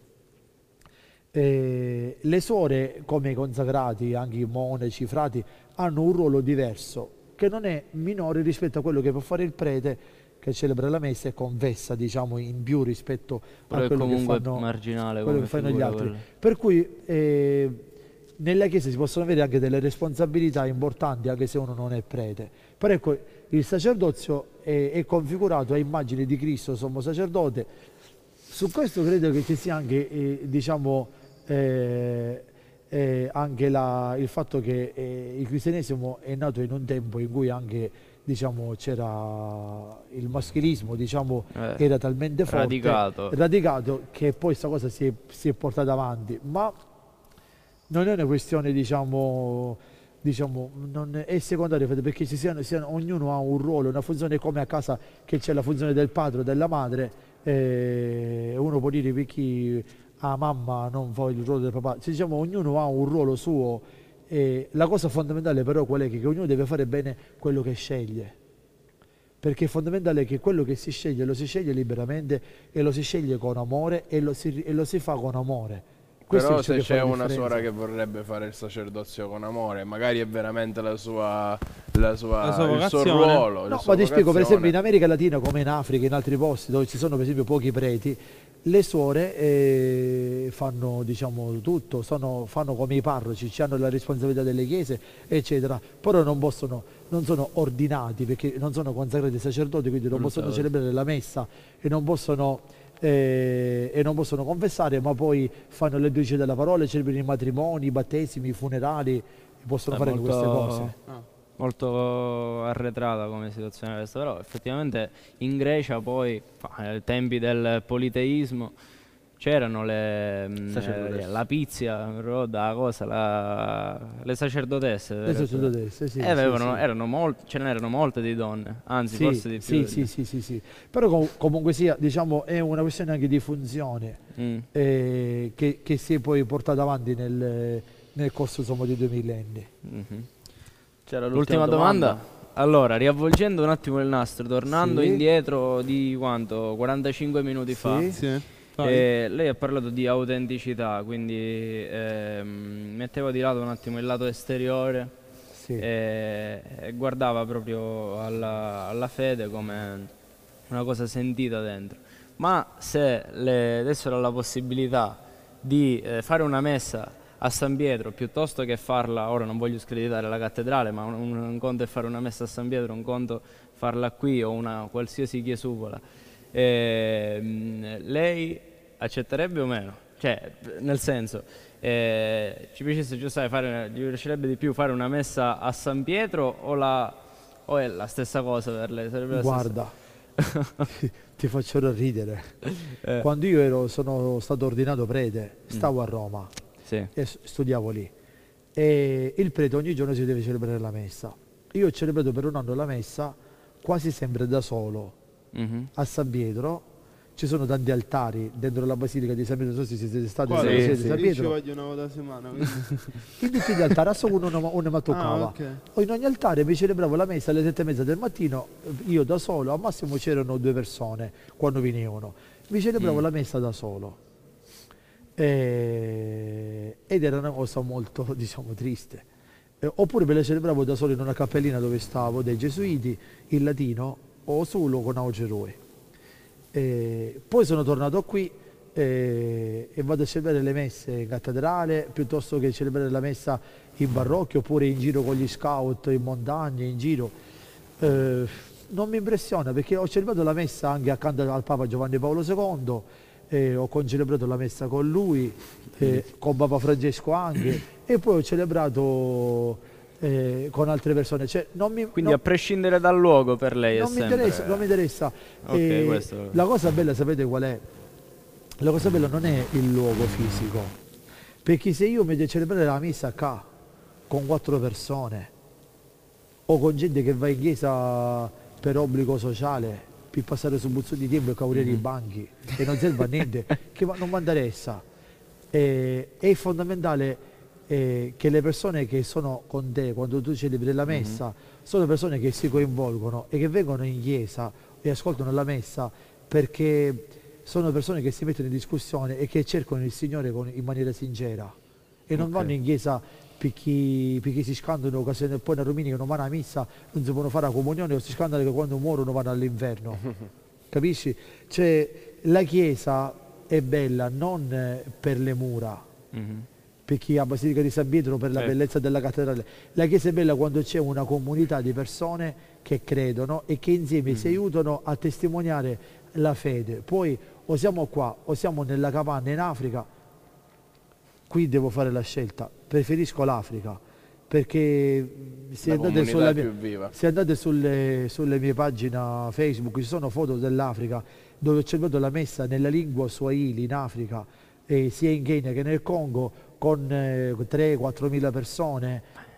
Le suore, come i consacrati, anche i monaci, i frati, hanno un ruolo diverso, che non è minore rispetto a quello che può fare il prete, che celebra la messa e confessa, diciamo, in più rispetto a quello che fanno, marginale, quello che fanno gli altri. Per cui nella Chiesa si possono avere anche delle responsabilità importanti, anche se uno non è prete. Però ecco, il sacerdozio è configurato a immagine di Cristo, sommo sacerdote. Su questo credo che ci sia anche, anche il fatto che il cristianesimo è nato in un tempo in cui anche c'era il maschilismo, era talmente forte, radicato, che poi questa cosa si è portata avanti, ma non è una questione non è secondario, perché ognuno ha un ruolo, una funzione, come a casa che c'è la funzione del padre o della madre. Uno può dire perché mamma non fa il ruolo del papà, ognuno ha un ruolo suo. La cosa fondamentale però qual è? Che ognuno deve fare bene quello che sceglie, perché è fondamentale che quello che si sceglie lo si sceglie liberamente e lo si sceglie con amore e lo si fa con amore. Però se c'è una suora che vorrebbe fare il sacerdozio con amore, magari è veramente il suo ruolo. No, ma ti spiego, per esempio in America Latina, come in Africa, in altri posti dove ci sono per esempio pochi preti, le suore fanno tutto, fanno come i parroci, hanno la responsabilità delle chiese, eccetera, però non sono ordinati perché non sono consacrati sacerdoti, quindi non possono celebrare la messa e non possono confessare, ma poi fanno le liturgie della parola, celebrano i matrimoni, i battesimi, i funerali, possono fare queste cose. Molto arretrata come situazione questa, però effettivamente in Grecia poi, ai tempi del politeismo, c'erano la Pizia, le sacerdotesse. Le sacerdotesse, sì. Ce n'erano molte di donne, anzi forse di più. Sì. Però comunque sia, è una questione anche di funzione che si è poi portata avanti nel corso di 2 millenni. C'era l'ultima domanda. Allora, riavvolgendo un attimo il nastro, tornando indietro di quanto? 45 minuti fa. Sì. Lei ha parlato di autenticità, quindi metteva di lato un attimo il lato esteriore e guardava proprio alla fede come una cosa sentita dentro. Ma se le dessero la possibilità di fare una messa a San Pietro, piuttosto che farla, ora non voglio screditare la cattedrale, ma un conto è fare una messa a San Pietro, un conto farla qui o una qualsiasi chiesupola, lei accetterebbe o meno? Cioè, nel senso, ci piacesse gli piacerebbe di più fare una messa a San Pietro o è la stessa cosa per lei? Guarda, ti faccio ridere. Quando io sono stato ordinato prete, stavo a Roma e studiavo lì, e il prete ogni giorno si deve celebrare la messa. Io ho celebrato per un anno la messa quasi sempre da solo a San Pietro, ci sono tanti altari dentro la basilica di San Pietro, non so se siete stati Quale? nella basilica Sì, di San Io ci Pietro. voglio una volta a settimana. quindi- In tutti gli altari, a solo uno mi toccava. ok. In ogni altare mi celebravo la messa alle 7:30 del mattino, io da solo, al massimo c'erano 2 persone quando venivano. Mi celebravo la messa da solo. Ed era una cosa molto, diciamo, triste. Oppure me la celebravo da solo in una cappellina dove stavo, dei gesuiti, in latino, o solo con Augeroi. Poi sono tornato qui e vado a celebrare le messe in cattedrale piuttosto che celebrare la messa in parrocchia oppure in giro con gli scout, in montagna, in giro. Non mi impressiona perché ho celebrato la messa anche accanto al Papa Giovanni Paolo II, ho concelebrato la messa con lui, con Papa Francesco anche, e poi ho celebrato con altre persone. Cioè, Quindi a prescindere dal luogo per lei è non mi sempre... interessa, non mi interessa. Ok, questo- La cosa bella, sapete qual è? La cosa bella non è il luogo fisico, perché se io mi devo celebrare la messa qua con 4 persone o con gente che va in chiesa per obbligo sociale, per passare su buzzo di tempo e caurire i banchi e non serve a niente, non mi interessa. È fondamentale che le persone che sono con te quando tu celebri la messa sono persone che si coinvolgono e che vengono in chiesa e ascoltano la messa perché sono persone che si mettono in discussione e che cercano il Signore in maniera sincera e non vanno in chiesa perché si scandano in occasione poi a Romini che non vanno a missa, non si possono fare la comunione o si scandano che quando muorono vanno all'inferno. Capisci? Cioè la chiesa è bella non per le mura, perché a Basilica di San Pietro per la bellezza della cattedrale. La chiesa è bella quando c'è una comunità di persone che credono e che insieme si aiutano a testimoniare la fede. Poi o siamo qua o siamo nella capanna in Africa, qui devo fare la scelta, preferisco l'Africa perché se La andate, comunità è più viva. se andate sulle mie pagine Facebook ci sono foto dell'Africa dove ho celebrato la messa nella lingua Swahili in Africa, sia in Kenya che nel Congo con 3-4 mila persone,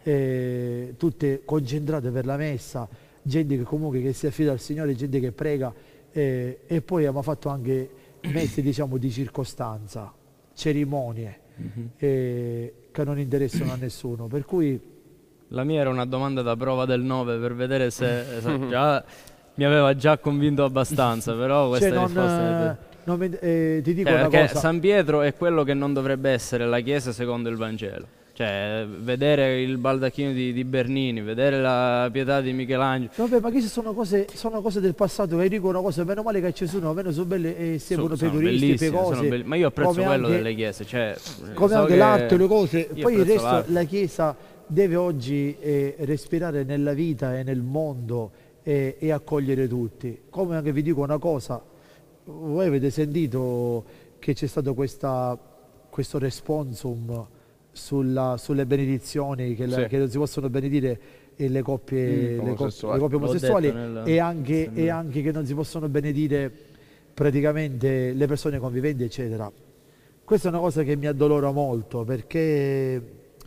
tutte concentrate per la messa, gente che comunque che si affida al Signore, gente che prega, e poi abbiamo fatto anche messe diciamo di circostanza, cerimonie che non interessano a nessuno, per cui La mia era una domanda da prova del 9 per vedere se già mi aveva già convinto abbastanza, però questa cioè, risposta ti dico una perché cosa. San Pietro è quello che non dovrebbe essere la chiesa secondo il Vangelo. Cioè, vedere il baldacchino di Bernini, vedere la pietà di Michelangelo. Vabbè, ma queste sono cose del passato che dicono cose, meno male che ci sono, meno sono belle e seguono per i Sono turisti, per bellissime, sono cose. ma io apprezzo come quello anche- delle chiese. Cioè, come so anche che l'arte, le cose. io Poi il apprezzo resto, l'arte. la Chiesa deve oggi respirare nella vita e nel mondo e accogliere tutti. Come anche vi dico una cosa, voi avete sentito che c'è stato questo responsum sulle benedizioni che non si possono benedire le coppie omosessuali. le coppie L'ho omosessuali detto nella- e anche che non si possono benedire praticamente le persone conviventi, eccetera. Questa è una cosa che mi addolora molto perché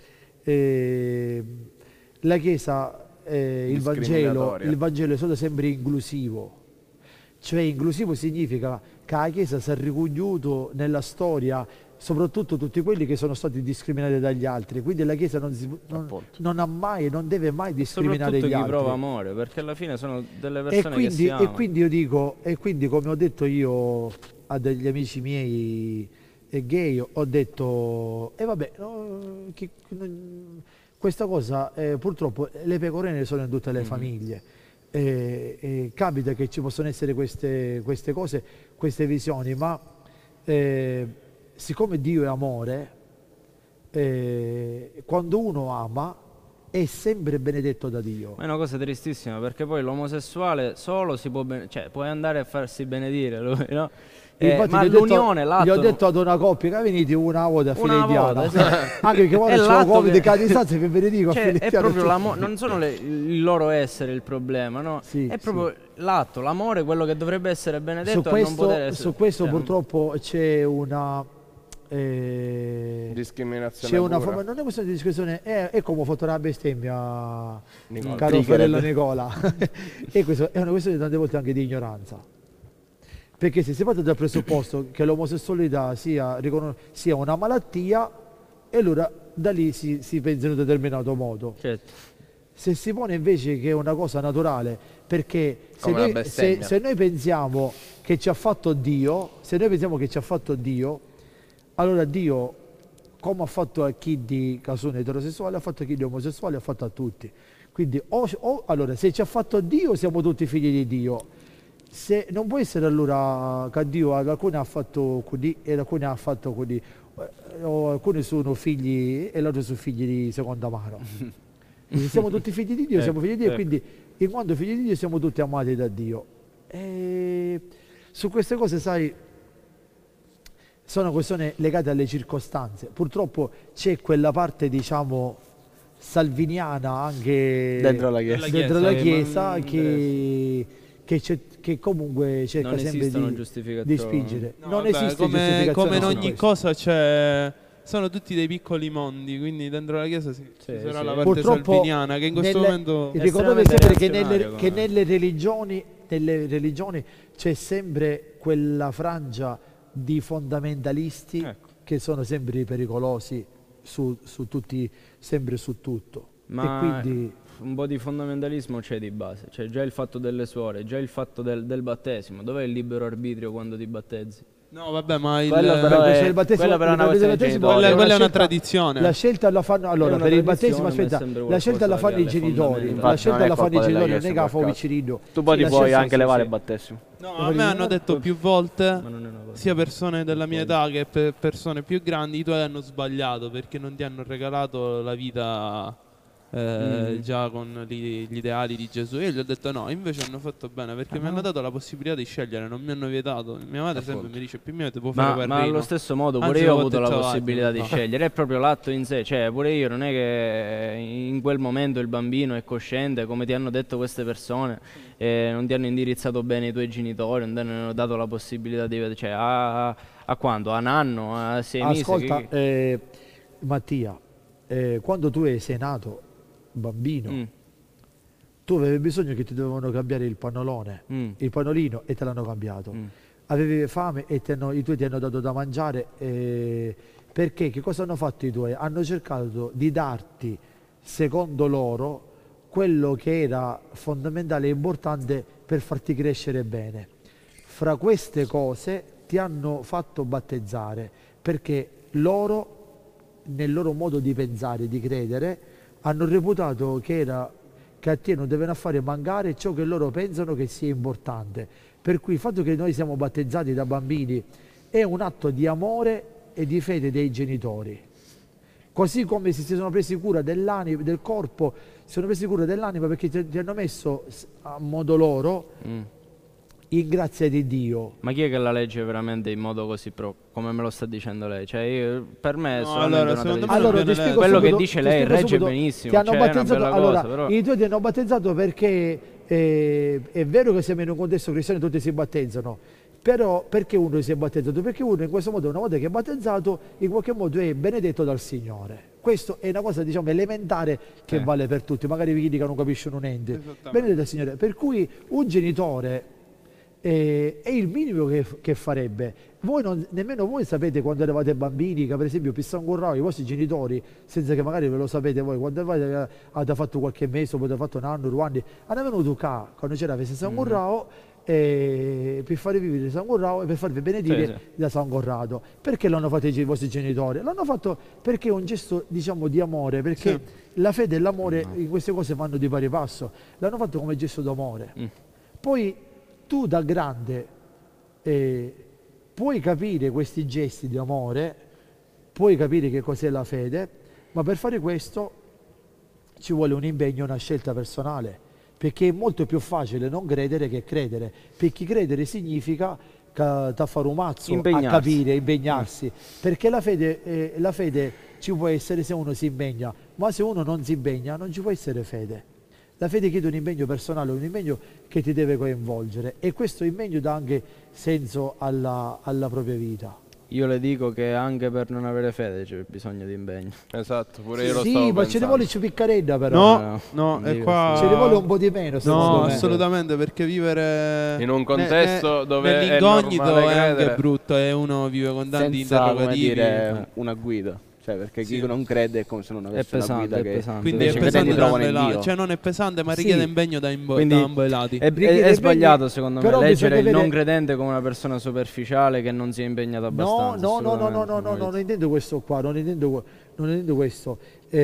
la Chiesa, il Vangelo è stato sempre inclusivo. Cioè inclusivo significa che la Chiesa si è riconosciuto nella storia soprattutto tutti quelli che sono stati discriminati dagli altri, quindi la Chiesa non ha mai, non deve mai discriminare soprattutto gli chi altri. prova amore, perché alla fine sono delle persone che si E amano. quindi io dico, e quindi come ho detto io a degli amici miei gay, ho detto, e vabbè, questa cosa purtroppo le pecorine sono in tutte le famiglie. Capita che ci possono essere queste cose, queste visioni, ma siccome Dio è amore, quando uno ama è sempre benedetto da Dio. Ma è una cosa tristissima perché poi l'omosessuale solo si può cioè puoi andare a farsi benedire lui, no? Infatti Ma gli ho l'unione, detto, l'atto gli ho detto ad una coppia che venite una volta a fine Una indiana, volta, esatto. anche perché È quando c'è la l'atto Covid che- che a distanza vi benedico a cioè, fine è indiana. proprio l'amore, non sono il loro essere il problema, no? Sì, è proprio l'atto, l'amore, quello che dovrebbe essere benedetto su e non poter essere. questo, su questo cioè, purtroppo c'è una Discriminazione c'è una pura. forma, non è questione di discussione, è come ho fatto la bestemmia, Nicola. caro fratello Nicola. E questo è una questione tante volte anche di ignoranza. Perché se si parte dal presupposto che l'omosessualità sia una malattia, e allora da lì si pensa in un determinato modo. Certo. Se si pone invece che è una cosa naturale, perché se Come una noi, bestemmia. se noi pensiamo che ci ha fatto Dio, allora Dio, come ha fatto a chi di casone eterosessuale, ha fatto a chi di omosessuale, ha fatto a tutti. Quindi allora se ci ha fatto Dio siamo tutti figli di Dio. Se non può essere allora che Dio alcuni ha fatto così e alcuni ha fatto così, o alcuni sono figli e altri sono figli di seconda mano. Quindi siamo tutti figli di Dio, siamo figli di Dio, e quindi in quanto figli di Dio siamo tutti amati da Dio. E su queste cose, sai, sono questioni legate alle circostanze. Purtroppo c'è quella parte, diciamo, salviniana anche Dentro la Chiesa. dentro la Chiesa, Chiesa ma- che comunque cerca Non sempre esistono di giustificazioni. spingere. No, Non vabbè, esiste come giustificazione in su ogni questo. cosa sono tutti dei piccoli mondi, quindi dentro la Chiesa ci sarà sì. la parte Purtroppo salviniana che in questo momento... ricordatevi estremamente sempre che reazionario, nelle religioni c'è sempre quella frangia di fondamentalisti Ecco. che sono sempre pericolosi su tutti, sempre su tutto. Ma e quindi un po' di fondamentalismo c'è di base, c'è già il fatto delle suore, già il fatto del battesimo. Dov'è il libero arbitrio quando ti battezzi? No, vabbè, ma Quello però per è- il battesimo- quella però è una per il questione battesimo genitoriale. Quella è una scelta- tradizione. La scelta la fanno allora una per il tradizione, battesimo, ma è aspetta, sempre la scelta la qualcosa fanno i che alle genitori, fondamenta. la scelta non è la fanno i colpa della genitori, non è Chiesa, che la per fa un caso. vicinido. Tu poi Sì, ti la puoi scelta anche sì, levare sì. il battesimo. No, a me hanno detto più volte, Ma non è una cosa. sia persone della mia età che persone più grandi, i tuoi hanno sbagliato perché non ti hanno regalato la vita già con gli ideali di Gesù. Io gli ho detto no, invece hanno fatto bene perché mi hanno dato la possibilità di scegliere, non mi hanno vietato. Mia madre sempre mi dice più mio ti può fare Ma guarrino. allo stesso modo Anzi, pure io ho l'ho avuto la detto possibilità avanti, di no. scegliere, è proprio l'atto in sé, cioè pure io non è che in quel momento il bambino è cosciente, come ti hanno detto queste persone, non ti hanno indirizzato bene i tuoi genitori, non ti hanno dato la possibilità di vedere, cioè a quanto? A un anno, a 6 mesi? Ascolta, Mattia, quando tu sei nato bambino, Mm. tu avevi bisogno che ti dovevano cambiare il pannolone, Mm. il pannolino, e te l'hanno cambiato. Mm. Avevi fame e i tuoi ti hanno dato da mangiare, perché che cosa hanno fatto i tuoi? Hanno cercato di darti, secondo loro, quello che era fondamentale e importante per farti crescere bene. Fra queste cose ti hanno fatto battezzare, perché loro, nel loro modo di pensare e di credere, hanno reputato che a te non devono fare mancare ciò che loro pensano che sia importante. Per cui il fatto che noi siamo battezzati da bambini è un atto di amore e di fede dei genitori. Così come si sono presi cura dell'anima, del corpo, si sono presi cura dell'anima perché ti hanno messo a modo loro, Mm. in grazia di Dio. Ma chi è che la legge veramente in modo così come me lo sta dicendo lei? Cioè per me è No, solamente allora, una secondo me tradizione. Allora, non ti viene spiego Quello subito, che dice ti lei spiego regge subito. benissimo, Ti hanno cioè, è una battezzato, bella allora, cosa, però- i tuoi ti hanno battezzato perché è vero che siamo in un contesto cristiano e tutti si battezzano, però perché uno si è battezzato? Perché uno in questo modo, una volta che è battezzato, in qualche modo è benedetto dal Signore. Questo è una cosa, diciamo, elementare che vale per tutti, magari chi che non capiscono niente. Esattamente. Benedetto dal Signore. Per cui un genitore è il minimo che farebbe. Voi nemmeno voi sapete quando eravate bambini che per esempio Pissangurrao, i vostri genitori, senza che magari ve lo sapete voi, quando avete fatto qualche mese, o avete fatto un anno, 2 anni, hanno venuto qua quando c'era Pissangurrao per farvi vivere Sangurrao e per farvi benedire Sì, sì. da San Corrado. Perché l'hanno fatto i vostri genitori? L'hanno fatto perché è un gesto, diciamo, di amore, perché la fede e l'amore in queste cose vanno di pari passo. L'hanno fatto come gesto d'amore. Poi tu da grande puoi capire questi gesti di amore, puoi capire che cos'è la fede, ma per fare questo ci vuole un impegno, una scelta personale, perché è molto più facile non credere che credere, perché credere significa fare un mazzo, a Impegnarsi. capire, impegnarsi, perché la fede ci può essere se uno si impegna, ma se uno non si impegna non ci può essere fede. La fede chiede un impegno personale, un impegno che ti deve coinvolgere, e questo impegno dà anche senso alla propria vita. Io le dico che anche per non avere fede c'è bisogno di impegno. Esatto, pure io lo Sì, stavo ma ce ne pensando. vuole più piccaredda però. No, no, non è dico qua. Ce ne vuole un po' di meno, secondo No, me. assolutamente, perché vivere In un contesto dove è nell'incognito normale è anche credere. brutto e uno vive con tanti Senza, come interrogativi. dire, una guida. Cioè, perché chi Sì. non crede è come se non avesse una pesante, guida è che pesante. Quindi è invece pesante credenti da trovano ambo i in lati. Dio. Cioè non è pesante, ma Sì. richiede impegno da Quindi ambo i lati. È Richiede sbagliato secondo me però leggere il bisogna non avere- credente come una persona superficiale che non si è impegnata No, abbastanza. no, no, no, no, assolutamente, no, no, come non dici. intendo questo qua, non intendo questo.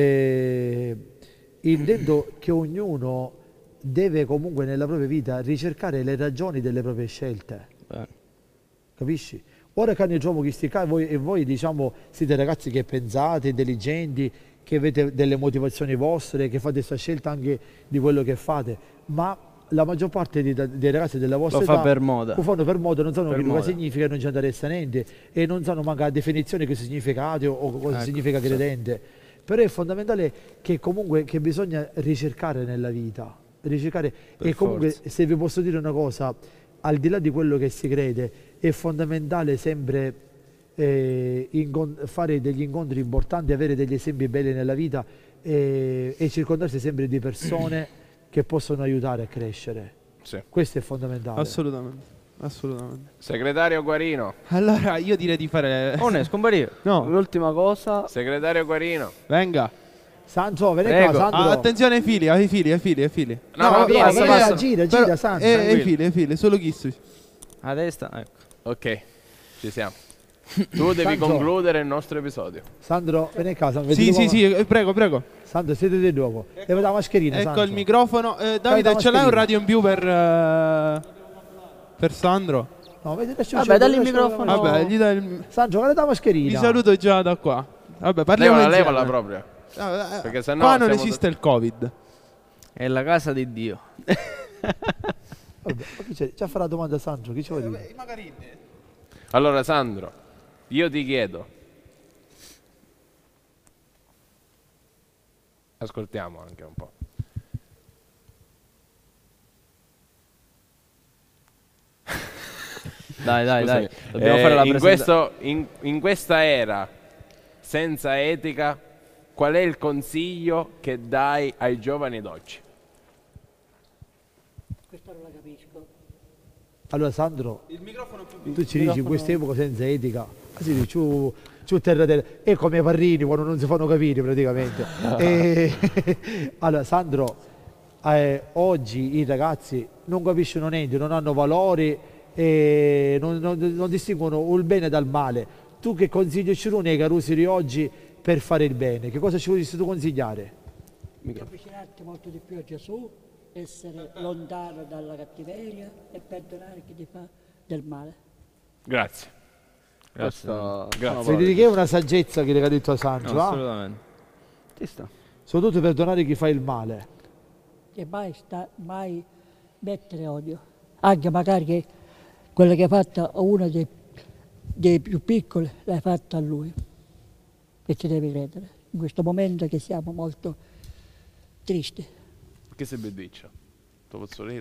Intendo che ognuno deve comunque nella propria vita ricercare le ragioni delle proprie scelte, Beh, capisci? Ora che ne trovo questi qua, voi diciamo siete ragazzi che pensate, intelligenti, che avete delle motivazioni vostre, che fate questa scelta anche di quello che fate, ma la maggior parte dei ragazzi della vostra Lo età fa per moda. lo fanno per moda, non sanno Per che cosa moda. significa, non ci interessa niente e non sanno manco la definizione, cosa significa ateo o cosa Ecco, significa sì. credente. Però è fondamentale che comunque che bisogna ricercare nella vita, ricercare Per e comunque forza. se vi posso dire una cosa, al di là di quello che si crede, è fondamentale sempre fare degli incontri importanti, avere degli esempi belli nella vita e circondarsi sempre di persone che possono aiutare a crescere. Sì. Questo è fondamentale. Assolutamente. Assolutamente. Segretario Guarino. Allora io direi di fare. Oh, ne scomparire. No, L'ultima cosa, Segretario Guarino. venga. Sandro, vieni Prego. qua, Sandro. Attenzione ai fili, ai fili, ai fili, ai fili. No, No, via, passa, passa. passa. Gira, Però- Sandro. ai fili, solo chi su. A destra, ecco. Ok, ci siamo. Tu devi Sandro. concludere il nostro episodio. Sandro, vieni qua, Sandro. Sì, sì, sì, prego, prego. Sandro, siete di nuovo. Leva la mascherina, Ecco Sandro. il microfono. Dai, Davide, la ce l'hai un mascherina. radio in più per Sandro? No, vedi, Vabbè, dagli il microfono. No. Vabbè, gli dai il. Sandro, guarda la mascherina. Vi saluto già da qua. Vabbè, parliamo Levala, insieme. levala proprio. Perché sennò Qua non siamo- esiste il Covid. È la casa di Dio. Vabbè, ma chi c'è? Ci ha fatto la domanda a Sandro, chi ci vuole dire? Magari. Allora Sandro, io ti chiedo. Ascoltiamo anche un po'. Dai. Scusami. Dobbiamo fare la in, presentazione. in questa era senza etica, qual è il consiglio che dai ai giovani d'oggi? Questa non la capisco. Allora Sandro, tu ci dici in quest'epoca senza etica, ah, sì, dici, ciù terra terra, è come i parrini quando non si fanno capire praticamente. Allora Sandro, oggi i ragazzi non capiscono niente, non hanno valori e non distinguono il bene dal male. Tu che consiglio ci doni ai carusi di oggi per fare il bene? Che cosa ci vorresti tu consigliare? Avvicinarti molto di più a Gesù, essere lontano dalla cattiveria e perdonare chi ti fa del male. Grazie. questa Grazie. Vedi che è una saggezza che ha detto a Sandro, No, assolutamente. Ci sta. soprattutto perdonare chi fa il male. E mai mettere odio. Anche magari che quello che hai fatto a uno dei più piccoli l'hai fatto a lui. E ci devi credere. In questo momento che siamo molto tristi. Che sei bediccio? Te lo posso dire?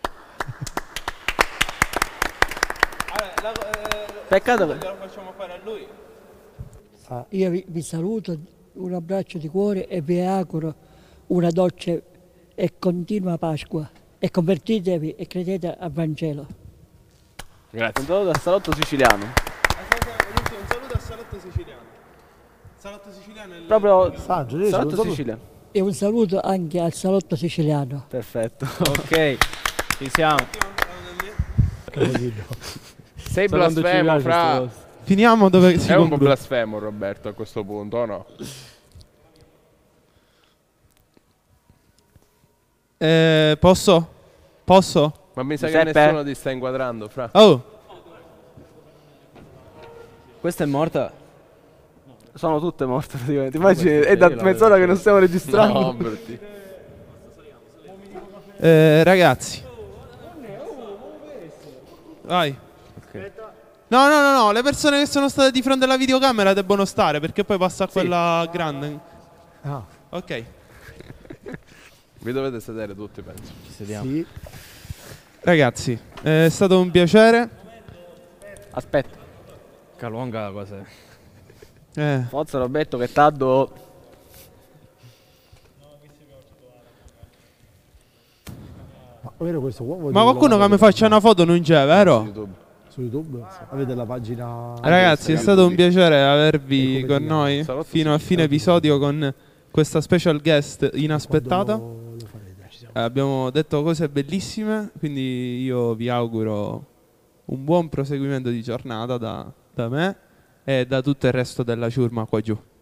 Peccato Lo facciamo fare a lui. Io vi saluto, un abbraccio di cuore e vi auguro una dolce e continua Pasqua. E convertitevi e credete al Vangelo. Grazie. un saluto al salotto siciliano. Un saluto al salotto siciliano. Salotto siciliano è il... Proprio Sandro, io salotto sono- siciliano. E un saluto anche al salotto siciliano. Perfetto. Ok, ci siamo. Sei blasfemo, fra. Finiamo dove si È un po' conclude. blasfemo Roberto a questo punto, o no? Posso? Posso? Ma mi sa che Giuseppe? nessuno ti sta inquadrando, fra. Oh, Questa è morta. Sono tutte morte praticamente. Immagini, è da mezz'ora che non stiamo registrando. No, Berti. ragazzi. Vai. No, le persone che sono state di fronte alla videocamera debbono stare perché poi passa a quella grande. Ah, Ok. Vi dovete sedere tutti, penso. Ci sediamo. sì. Ragazzi, è stato un piacere. Aspetta. Calonga cos'è? Forza Roberto che tardo. Ma vero questo uomo Ma qualcuno che mi faccia una foto non c'è, vero? su YouTube? Avete la pagina? Ragazzi, è stato un piacere avervi come con si chiama? noi Salotto fino a fine episodio con questa special guest inaspettata. Quando lo farete? Ci siamo. Abbiamo detto cose bellissime, quindi io vi auguro un buon proseguimento di giornata da me e da tutto il resto della ciurma qua giù.